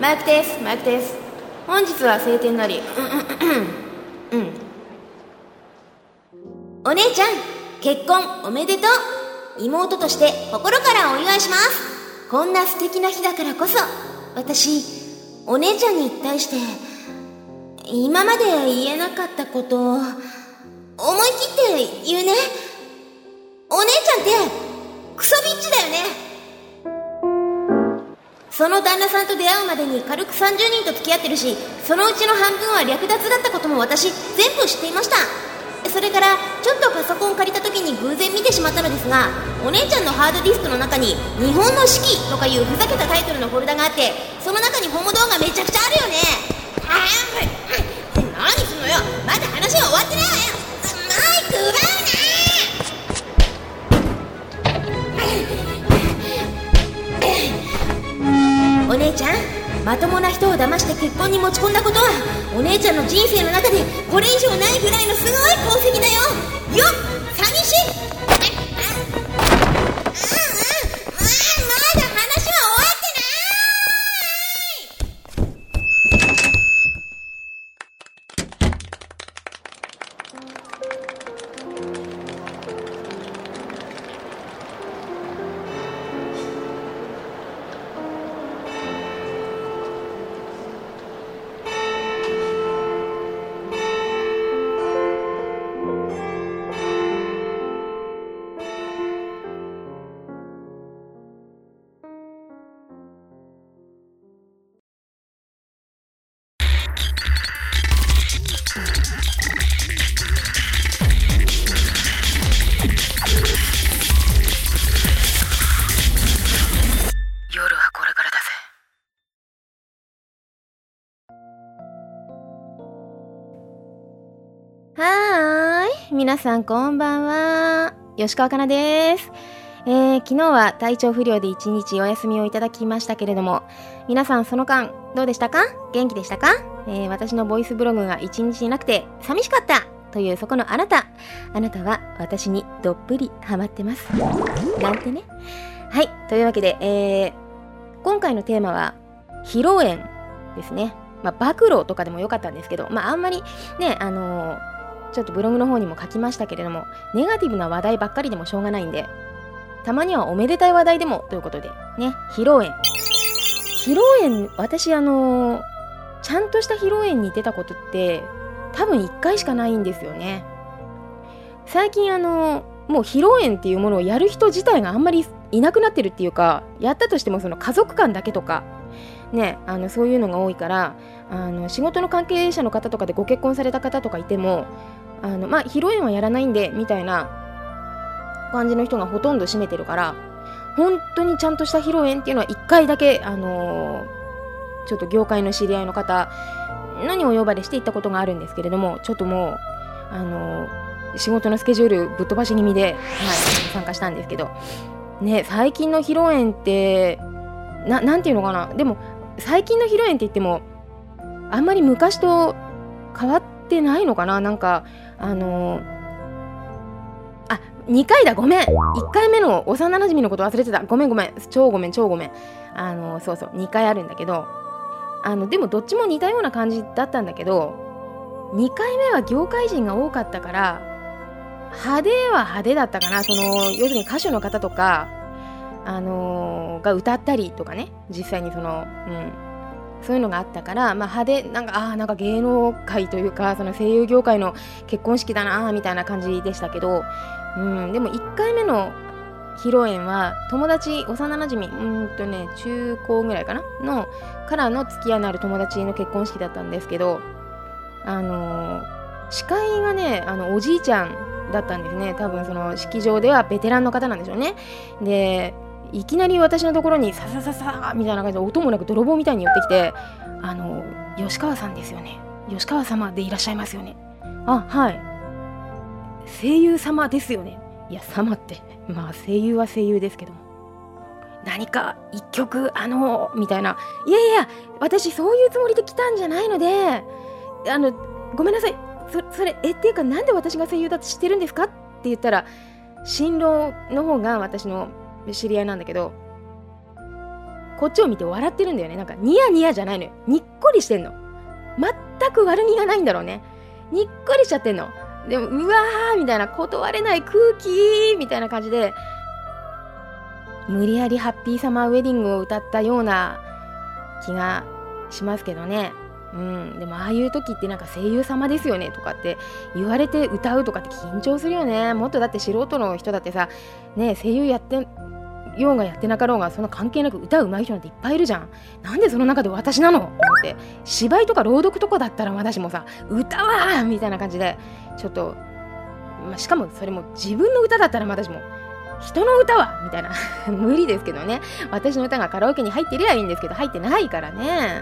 マイクです。本日は晴天なりお姉ちゃん、結婚おめでとう。妹として心からお祝いします。こんな素敵な日だからこそ、私お姉ちゃんに対して今まで言えなかったことを思い切って言うね。お姉ちゃんってクソビッチだよね。その旦那さんと出会うまでに軽く30人と付き合ってるし、そのうちの半分は略奪だったことも私全部知っていました。それからちょっとパソコン借りた時に偶然見てしまったのですが、お姉ちゃんのハードディスクの中に日本の四季とかいうふざけたタイトルのフォルダがあって、その中にホモ動画めちゃくちゃあるよね。何すんのよ、まだ話は終わってないわよ。マイク奪うな。お姉ちゃん、まともな人を騙して結婚に持ち込んだことはお姉ちゃんの人生の中でこれ以上ないぐらいのすごい功績だよ。よっ、寂しい。まだ話は終わってない。皆さんこんばんは、吉川かなです。昨日は体調不良で1日お休みをいただきましたけれども、皆さんその間どうでしたか？元気でしたか？私のボイスブログが1日いなくて寂しかったというそこのあなたは私にどっぷりハマってますなんてね。はい、というわけで、今回のテーマは披露宴ですね。暴露とかでもよかったんですけど、あんまりね、ちょっとブログの方にも書きましたけれども、ネガティブな話題ばっかりでもしょうがないんで、たまにはおめでたい話題でもということでね。披露宴、私ちゃんとした披露宴に出たことって多分1回しかないんですよね。最近もう披露宴っていうものをやる人自体があんまりいなくなってるっていうか、やったとしてもその家族間だけとかね、そういうのが多いから、仕事の関係者の方とかでご結婚された方とかいても、披露宴はやらないんでみたいな感じの人がほとんど占めてるから、本当にちゃんとした披露宴っていうのは1回だけ、ちょっと業界の知り合いの方何を呼ばれして行ったことがあるんですけれども、ちょっともう仕事のスケジュールぶっ飛ばし気味で、参加したんですけどね。最近の披露宴ってなんていうのかな、でも最近の披露宴って言ってもあんまり昔と変わってないのかな。なんか2回だ、ごめん、1回目の幼馴染のこと忘れてた、ごめん、超ごめん。そう2回あるんだけど、でもどっちも似たような感じだったんだけど、2回目は業界人が多かったから派手だったかな。要するに歌手の方とかが歌ったりとかね、実際にそういうのがあったから、派手、なんか芸能界というか、その声優業界の結婚式だなみたいな感じでしたけど、でも1回目の披露宴は幼馴染中高ぐらいかなのからの付き合いのある友達の結婚式だったんですけど、司会がね、おじいちゃんだったんですね。多分その式場ではベテランの方なんでしょうね。で、いきなり私のところにササササみたいな感じで音もなく泥棒みたいに寄ってきて、吉川さんですよね、吉川様でいらっしゃいますよね、はい、声優様ですよね。いや、様って声優は声優ですけども、何か一曲みたいな、いや私そういうつもりで来たんじゃないので、ごめんなさい、それっていうか、なんで私が声優だって知ってるんですかって言ったら、新郎の方が私の知り合いなんだけど、 こっちを見て笑ってるんだよね。なんかニヤニヤじゃないのよ。にっこりしてんの。全く悪気がないんだろうね。にっこりしちゃってんの。でもうわーみたいな、断れない空気みたいな感じで、無理やりハッピーサマーウェディングを歌ったような気がしますけどね。でもああいう時ってなんか声優様ですよねとかって言われて歌うとかって緊張するよね。もっとだって素人の人だってさ、ね、声優やってようがやってなかろうがそんな関係なく歌うまい人なんていっぱいいるじゃん。なんでその中で私なのと思って、芝居とか朗読とかだったら私もさ、歌わーみたいな感じでちょっと、しかもそれも自分の歌だったら私も人の歌はみたいな無理ですけどね。私の歌がカラオケに入ってりゃいいんですけど、入ってないからね。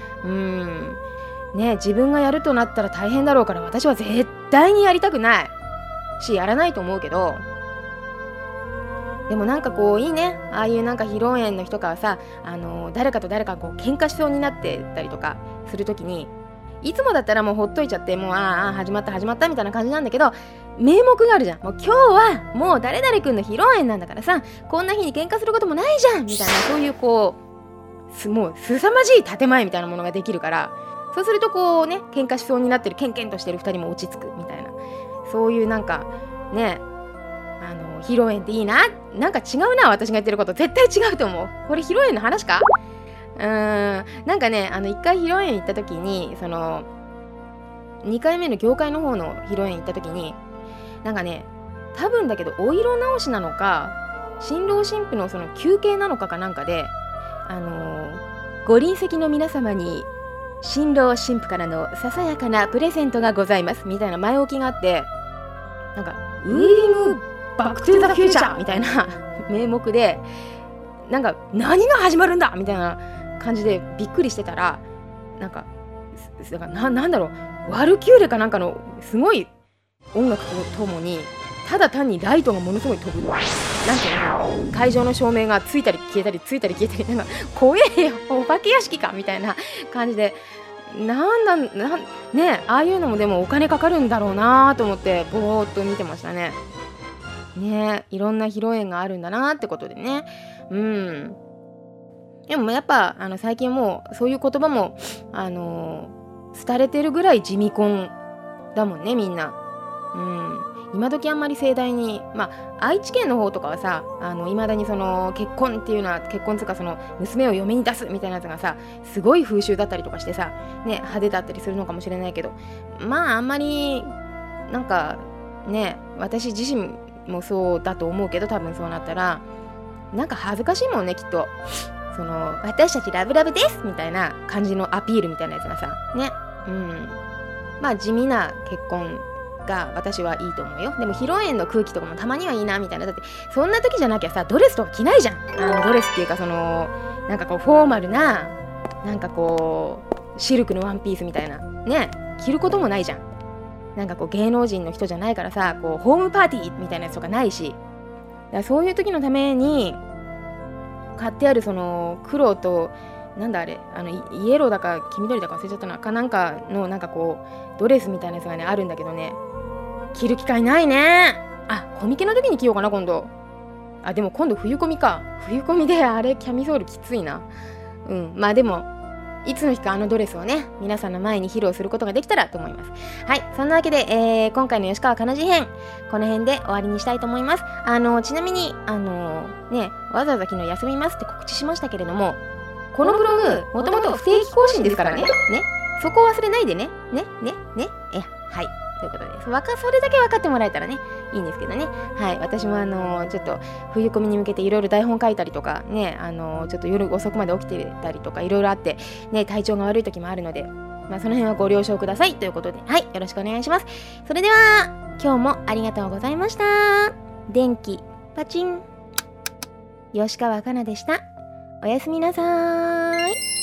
ね、自分がやるとなったら大変だろうから、私は絶対にやりたくないし、やらないと思うけど、でもなんかこういいね。ああいうなんか披露宴の人からさ、誰かと誰かこう喧嘩しそうになってたりとかするときに、いつもだったらもうほっといちゃって、もう始まったみたいな感じなんだけど、名目があるじゃん。もう今日はもう誰々くんの披露宴なんだからさ、こんな日に喧嘩することもないじゃんみたいな、そういうこうもう凄まじい建前みたいなものができるから、そうするとこうね、喧嘩しそうになってるケンケンとしてる二人も落ち着くみたいな、そういうなんかね、披露宴っていいな。なんか違うな、私が言ってること絶対違うと思う。これ披露宴の話か。なんかね、一回披露宴行った時に、その2回目の業界の方の披露宴行った時に、なんかね、多分だけどお色直しなのか新郎新婦のその休憩なのかなんかで、ご臨席の皆様に新郎新婦からのささやかなプレゼントがございますみたいな前置きがあって、なんかウェディングバックトゥザフューチャーみたいな名目で、なんか何が始まるんだみたいな感じでびっくりしてたら、なんかなんだろう、ワルキューレかなんかのすごい音楽とともに、ただ単にライトがものすごい飛ぶ、なんていうの、会場の照明がついたり消えたりついたり消えたり、なんか怖えよ、お化け屋敷かみたいな感じで、ね、ああいうのもでもお金かかるんだろうなと思ってぼーっと見てましたね。ね、いろんな披露宴があるんだなってことでね。でもやっぱ最近もうそういう言葉も廃れてるぐらい地味婚だもんね、みんな。今時あんまり盛大に、愛知県の方とかはさ、未だにその結婚っていうのは、結婚とかその娘を嫁に出すみたいなやつがさ、すごい風習だったりとかしてさ、ね、派手だったりするのかもしれないけど、あんまりなんかね、私自身もそうだと思うけど、多分そうなったらなんか恥ずかしいもんね、きっと。その私たちラブラブですみたいな感じのアピールみたいなやつがさね、地味な結婚が私はいいと思うよ。でも披露宴の空気とかもたまにはいいなみたいな。だってそんな時じゃなきゃさ、ドレスとか着ないじゃん。ドレスっていうか、そのなんかこうフォーマルな、なんかこうシルクのワンピースみたいなね、着ることもないじゃん。なんかこう芸能人の人じゃないからさ、こうホームパーティーみたいなやつとかないし、だからそういう時のために買ってあるその黒と、なんだあれ、イエローだか黄緑だか忘れちゃったな、なんかのなんかこうドレスみたいなやつがねあるんだけどね、着る機会ないね。コミケの時に着ようかな今度。でも今度冬コミか。冬コミであれキャミソールきついな。でもいつの日かドレスをね、皆さんの前に披露することができたらと思います。はい、そんなわけで、今回の吉川かなじ編、この辺で終わりにしたいと思います。ちなみにわざわざ昨日休みますって告知しましたけれども、このブログもともと不定期更新ですからね。そこを忘れないでね。はい。ということで、それだけ分かってもらえたらね、いいんですけどね。はい、私もちょっと冬コミに向けていろいろ台本書いたりとかね、ちょっと夜遅くまで起きてたりとかいろいろあってね、体調が悪い時もあるので、その辺はご了承くださいということで、はい、よろしくお願いします。それでは今日もありがとうございました。電気パチン。吉川かなでした。おやすみなさーい。